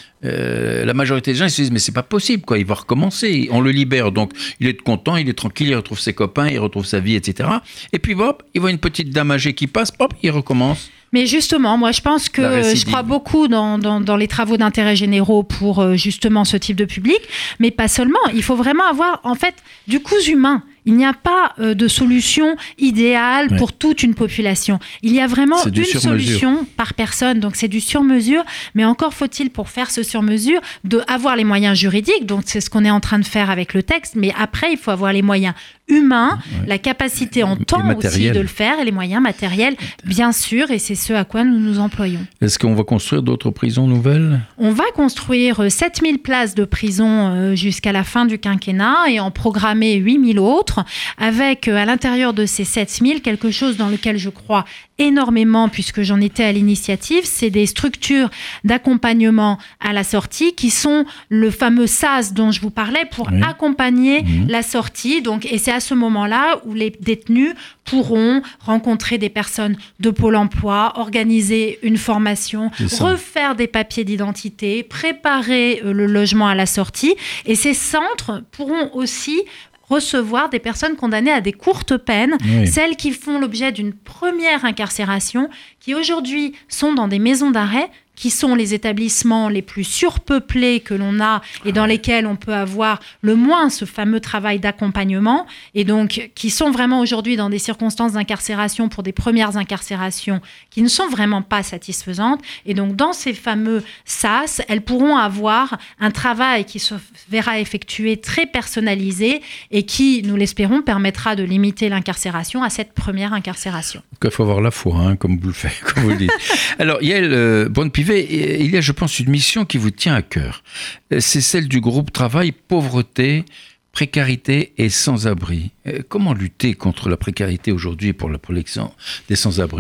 Euh, la majorité des gens ils se disent mais c'est pas possible quoi, il va recommencer, on le libère donc il est content, il est tranquille, il retrouve ses copains, il retrouve sa vie, etc. Et puis hop, il voit une petite dame âgée qui passe, hop, il recommence. Mais justement, moi je pense que je crois beaucoup dans, dans, dans les travaux d'intérêt généraux pour euh, justement ce type de public, mais pas seulement, il faut vraiment avoir en fait du cousu humain. Il n'y a pas euh, de solution idéale ouais. pour toute une population. Il y a vraiment une solution par personne, donc c'est du sur-mesure. Mais encore faut-il, pour faire ce sur-mesure, de avoir les moyens juridiques. Donc c'est ce qu'on est en train de faire avec le texte. Mais après, il faut avoir les moyens humains, ouais. la capacité en temps aussi de le faire, et les moyens matériels, bien sûr. Et c'est ce à quoi nous nous employons. Est-ce qu'on va construire d'autres prisons nouvelles ? On va construire sept mille places de prison jusqu'à la fin du quinquennat et en programmer huit mille autres. Avec à l'intérieur de ces sept mille quelque chose dans lequel je crois énormément puisque j'en étais à l'initiative, c'est des structures d'accompagnement à la sortie qui sont le fameux S A S dont je vous parlais pour oui. accompagner mmh. la sortie. Donc, et c'est à ce moment-là où les détenus pourront rencontrer des personnes de Pôle emploi, organiser une formation, refaire des papiers d'identité, préparer le logement à la sortie. Et ces centres pourront aussi recevoir des personnes condamnées à des courtes peines, oui. celles qui font l'objet d'une première incarcération, qui aujourd'hui sont dans des maisons d'arrêt, qui sont les établissements les plus surpeuplés que l'on a et dans lesquels on peut avoir le moins ce fameux travail d'accompagnement, et donc qui sont vraiment aujourd'hui dans des circonstances d'incarcération pour des premières incarcérations qui ne sont vraiment pas satisfaisantes. Et donc dans ces fameux S A S, elles pourront avoir un travail qui se verra effectué très personnalisé et qui, nous l'espérons, permettra de limiter l'incarcération à cette première incarcération. Il faut avoir la foi, hein, comme vous le faites, comme vous le dites. Alors, Yael euh, Braun-Pivet, il y a, je pense, une mission qui vous tient à cœur. C'est celle du groupe Travail, Pauvreté, Précarité et Sans-Abri. Comment lutter contre la précarité aujourd'hui pour la protection des sans-abri ?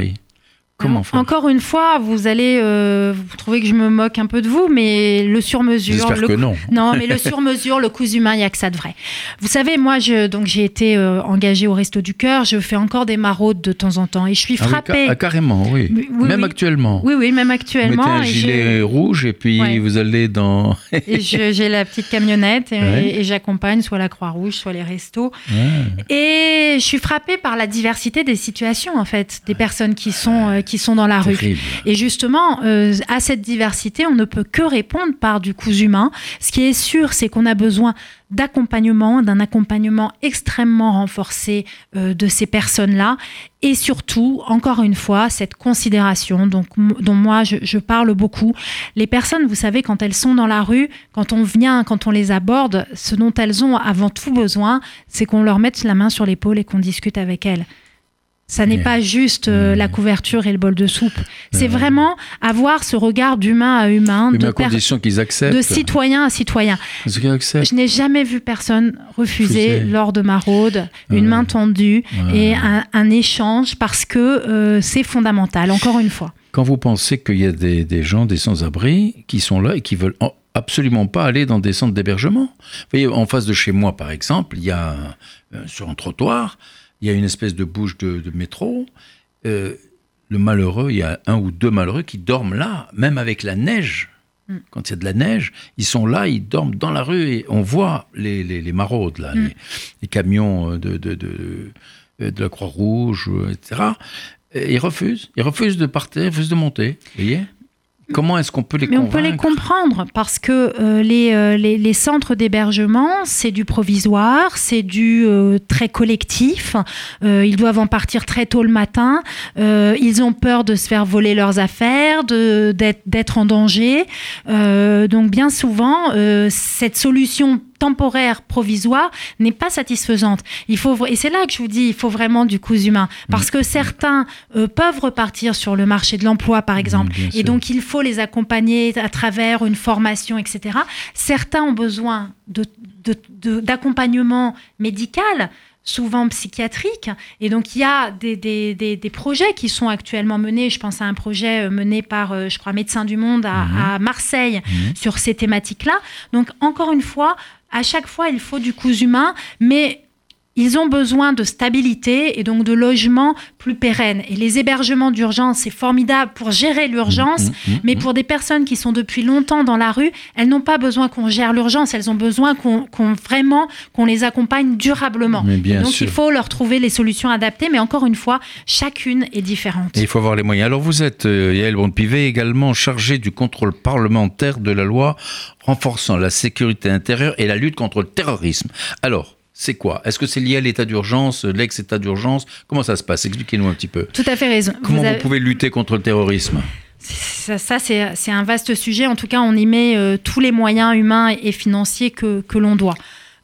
Comment faire ? Encore une fois, vous allez euh, vous trouvez que je me moque un peu de vous, mais le sur-mesure... J'espère le, que non. Non, mais le sur-mesure, le cousu main, il n'y a que ça de vrai. Vous savez, moi, je, donc, j'ai été euh, engagée au Resto du Cœur, je fais encore des maraudes de temps en temps, et je suis frappée... Ah oui, carrément, oui. oui même oui. actuellement. Oui, oui, même actuellement. Vous mettez un gilet j'ai... rouge, et puis ouais. vous allez dans... et je, j'ai la petite camionnette, et, ouais. et, et j'accompagne soit la Croix-Rouge, soit les restos. Ouais. Et je suis frappée par la diversité des situations, en fait, des personnes qui sont, euh, qui sont dans la rue. Terrible. Et justement, euh, à cette diversité, on ne peut que répondre par du cousu main. Ce qui est sûr, c'est qu'on a besoin d'accompagnement, d'un accompagnement extrêmement renforcé euh, de ces personnes-là. Et surtout, encore une fois, cette considération donc, m- dont moi, je, je parle beaucoup. Les personnes, vous savez, quand elles sont dans la rue, quand on vient, quand on les aborde, ce dont elles ont avant tout besoin, c'est qu'on leur mette la main sur l'épaule et qu'on discute avec elles. Ça n'est pas juste euh, la couverture et le bol de soupe. C'est vraiment avoir ce regard d'humain à humain, mais de, à condition qu'ils acceptent. de citoyen à citoyen. Je n'ai jamais vu personne refuser Fusé. lors de ma rôde une ouais. main tendue ouais. et un, un échange parce que euh, c'est fondamental, encore une fois. Quand vous pensez qu'il y a des, des gens, des sans-abri, qui sont là et qui veulent absolument pas aller dans des centres d'hébergement. Vous voyez, en face de chez moi, par exemple, il y a euh, sur un trottoir, il y a une espèce de bouche de, de métro. Euh, le malheureux, il y a un ou deux malheureux qui dorment là, même avec la neige. Mm. Quand il y a de la neige, ils sont là, ils dorment dans la rue et on voit les, les, les maraudes, là, mm. les, les camions de, de, de, de, de la Croix-Rouge, et cetera. Et ils refusent. Ils refusent de partir, ils refusent de monter. Vous voyez ? Comment est-ce qu'on peut les Mais convaincre ? on peut les comprendre parce que euh, les, euh, les, les centres d'hébergement, c'est du provisoire, c'est du euh, très collectif. Euh, ils doivent en partir très tôt le matin. Euh, ils ont peur de se faire voler leurs affaires, de, d'être, d'être en danger. Euh, donc bien souvent, euh, cette solution temporaire, provisoire, n'est pas satisfaisante. Il faut, et c'est là que je vous dis, il faut vraiment du cousu humain. Parce que certains euh, peuvent repartir sur le marché de l'emploi, par exemple. Bien et sûr. Donc, il faut les accompagner à travers une formation, et cetera. Certains ont besoin de, de, de, d'accompagnement médical, souvent psychiatrique. Et donc, il y a des, des, des, des projets qui sont actuellement menés. Je pense à un projet mené par, je crois, Médecins du Monde à, mmh. à Marseille mmh. sur ces thématiques-là. Donc, encore une fois, à chaque fois, il faut du cousu humain, mais ils ont besoin de stabilité et donc de logements plus pérennes. Et les hébergements d'urgence, c'est formidable pour gérer l'urgence, mmh, mmh, mais pour des personnes qui sont depuis longtemps dans la rue, elles n'ont pas besoin qu'on gère l'urgence, elles ont besoin qu'on, qu'on vraiment qu'on les accompagne durablement. Mais bien donc sûr. Il faut leur trouver les solutions adaptées, mais encore une fois, chacune est différente. Et il faut avoir les moyens. Alors vous êtes, euh, Yaël Braun-Pivet, également chargée du contrôle parlementaire de la loi renforçant la sécurité intérieure et la lutte contre le terrorisme. Alors, c'est quoi ? Est-ce que c'est lié à l'état d'urgence, l'ex-état d'urgence ? Comment ça se passe ? Expliquez-nous un petit peu. Tout à fait raison. Comment vous, avez... vous pouvez lutter contre le terrorisme ? Ça, ça c'est, c'est un vaste sujet. En tout cas, on y met euh, tous les moyens humains et financiers que, que l'on doit.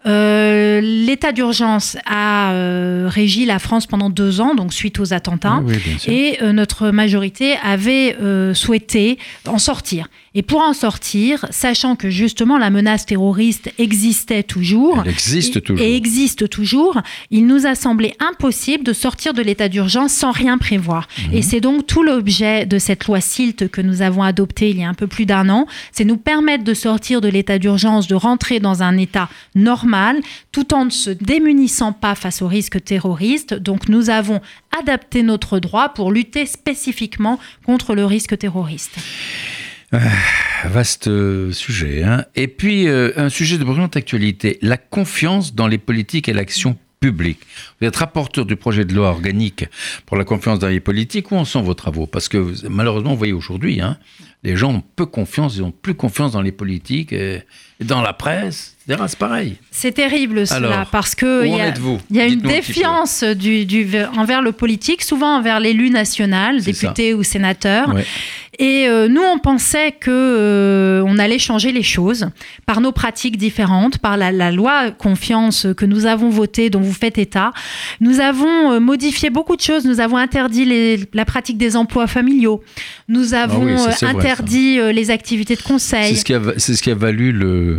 Euh, l'état d'urgence a euh, régi la France pendant deux ans, donc suite aux attentats, oui, oui, et euh, notre majorité avait euh, souhaité en sortir. Et pour en sortir, sachant que justement la menace terroriste existait toujours, Elle existe et, toujours. et existe toujours, il nous a semblé impossible de sortir de l'état d'urgence sans rien prévoir. Mmh. Et c'est donc tout l'objet de cette loi SILT que nous avons adoptée il y a un peu plus d'un an, c'est nous permettre de sortir de l'état d'urgence, de rentrer dans un état normal, tout en ne se démunissant pas face aux risques terroristes. Donc nous avons adapté notre droit pour lutter spécifiquement contre le risque terroriste. Euh, vaste sujet. Hein. Et puis, euh, un sujet de brûlante actualité, la confiance dans les politiques et l'action publique. Vous êtes rapporteur du projet de loi organique pour la confiance dans les politiques. Où en sont vos travaux ? Parce que malheureusement, vous voyez aujourd'hui, hein, les gens ont peu confiance, ils n'ont plus confiance dans les politiques, et dans la presse, et cetera. C'est pareil. C'est terrible cela, Alors, parce qu'il y a, y a une défiance du, du, envers le politique, souvent envers l'élu national, C'est député ça. ou sénateur. Ouais. Et euh, nous, on pensait qu'on euh, allait changer les choses par nos pratiques différentes, par la, la loi confiance que nous avons votée, dont vous faites état. Nous avons euh, modifié beaucoup de choses. Nous avons interdit les, la pratique des emplois familiaux. Nous avons ah oui, ça, interdit vrai, les activités de conseil. C'est ce qui a, c'est ce qui a valu le...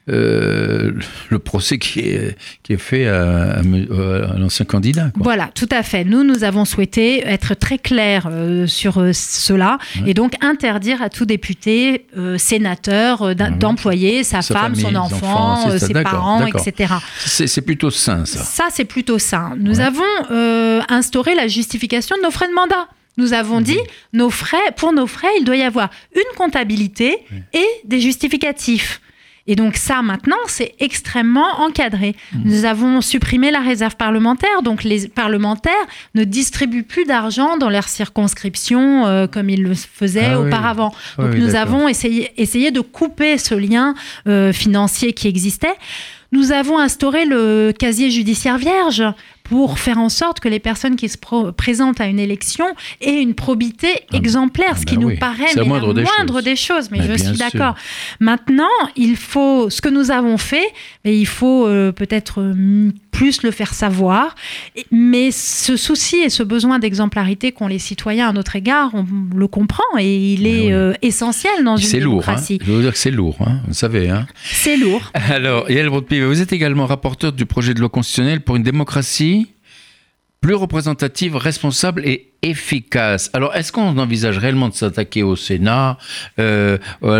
euh, le procès qui est, qui est fait à, à, à l'ancien candidat, quoi. Voilà, tout à fait. Nous, nous avons souhaité être très clairs euh, sur euh, cela ouais. et donc interdire à tout député, euh, sénateur, euh, mmh. d'employer sa, sa femme, famille, son enfant, enfants, euh, ses d'accord, parents, d'accord. et cetera. C'est, c'est plutôt sain, ça. Ça, c'est plutôt sain. Nous ouais. avons euh, instauré la justification de nos frais de mandat. Nous avons dit, mmh. nos frais, pour nos frais, il doit y avoir une comptabilité oui. et des justificatifs. Et donc ça, maintenant, c'est extrêmement encadré. Mmh. Nous avons supprimé la réserve parlementaire, donc les parlementaires ne distribuent plus d'argent dans leur circonscription euh, comme ils le faisaient ah, auparavant. Oui. Donc oui, nous d'accord. avons essayé, essayé de couper ce lien euh, financier qui existait. Nous avons instauré le casier judiciaire vierge pour faire en sorte que les personnes qui se pro- présentent à une élection aient une probité ah, exemplaire, ah, ce qui ben nous oui. paraît mais la moindre, la des, moindre choses. des choses. Mais, mais je suis d'accord. Sûr. Maintenant, il faut, ce que nous avons fait, mais il faut euh, peut-être euh, plus le faire savoir. Mais ce souci et ce besoin d'exemplarité qu'ont les citoyens à notre égard, on le comprend et il est oui. euh, essentiel dans une c'est démocratie. Lourd, hein. Je veux dire que c'est lourd, hein. Vous savez. Hein. C'est lourd. Alors, Yaël Braun-Pivet, vous êtes également rapporteur du projet de loi constitutionnelle pour une démocratie plus représentative, responsable et efficace. Alors, est-ce qu'on envisage réellement de s'attaquer au Sénat, euh,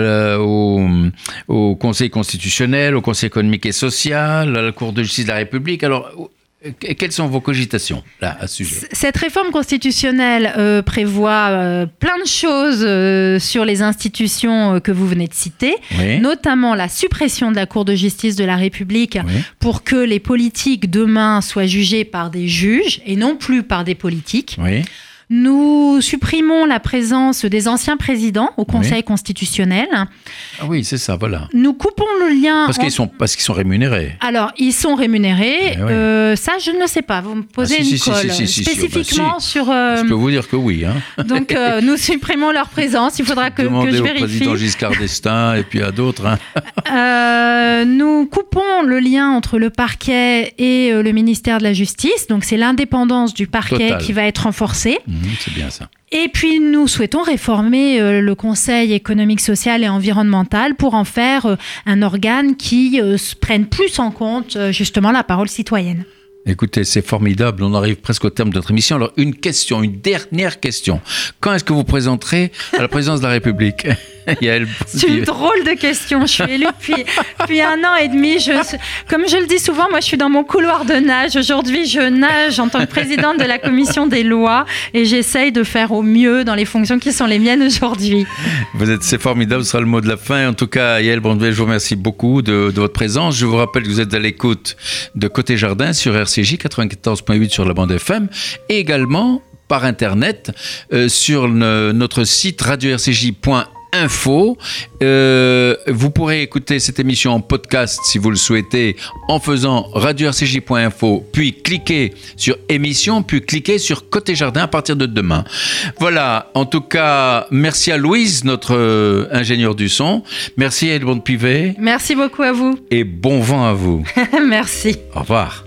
au, au Conseil constitutionnel, au Conseil économique et social, à la Cour de justice de la République? Alors, quelles sont vos cogitations là, à ce sujet? Cette réforme constitutionnelle euh, prévoit euh, plein de choses euh, sur les institutions euh, que vous venez de citer, oui. notamment la suppression de la Cour de justice de la République oui. pour que les politiques demain soient jugés par des juges et non plus par des politiques. Oui. Nous supprimons la présence des anciens présidents au Conseil oui. constitutionnel. Ah oui, c'est ça, voilà. Nous coupons le lien... Parce qu'ils sont, parce qu'ils sont rémunérés. Alors, ils sont rémunérés. Eh oui. euh, ça, je ne le sais pas. Vous me posez ah, si, une si, colle. Si, si, si, si, spécifiquement si. sur... Euh... Je peux vous dire que oui. Hein. Donc, euh, nous supprimons leur présence. Il faudra que, que je vérifie. Au président Giscard d'Estaing et puis à d'autres. Hein. euh, nous coupons le lien entre le parquet et euh, le ministère de la Justice. Donc, c'est l'indépendance du parquet Total. qui va être renforcée. Mmh, c'est bien ça. Et puis, nous souhaitons réformer euh, le Conseil économique, social et environnemental pour en faire euh, un organe qui euh, prenne plus en compte euh, justement la parole citoyenne. Écoutez, c'est formidable. On arrive presque au terme de notre émission. Alors, une question, une dernière question. Quand est-ce que vous présenterez à la présidence de la République? Yaël C'est une drôle de question. Je suis élue depuis, depuis un an et demi. Je, comme je le dis souvent, moi, je suis dans mon couloir de nage. Aujourd'hui, je nage en tant que présidente de la commission des lois et j'essaye de faire au mieux dans les fonctions qui sont les miennes aujourd'hui. Vous êtes, c'est formidable. Ce sera le mot de la fin. En tout cas, Yaël Braun-Pivet, je vous remercie beaucoup de, de votre présence. Je vous rappelle que vous êtes à l'écoute de Côté Jardin sur R C J quatre-vingt-quatorze virgule huit sur la bande F M et également par Internet euh, sur le, notre site radio r c j point info. Euh, vous pourrez écouter cette émission en podcast si vous le souhaitez en faisant radio r c j point info, puis cliquez sur émission, puis cliquez sur Côté Jardin à partir de demain. Voilà, en tout cas, merci à Louise, notre euh, ingénieur du son. Merci Yaël Braun-Pivet. Merci beaucoup à vous. Et bon vent à vous. Merci. Au revoir.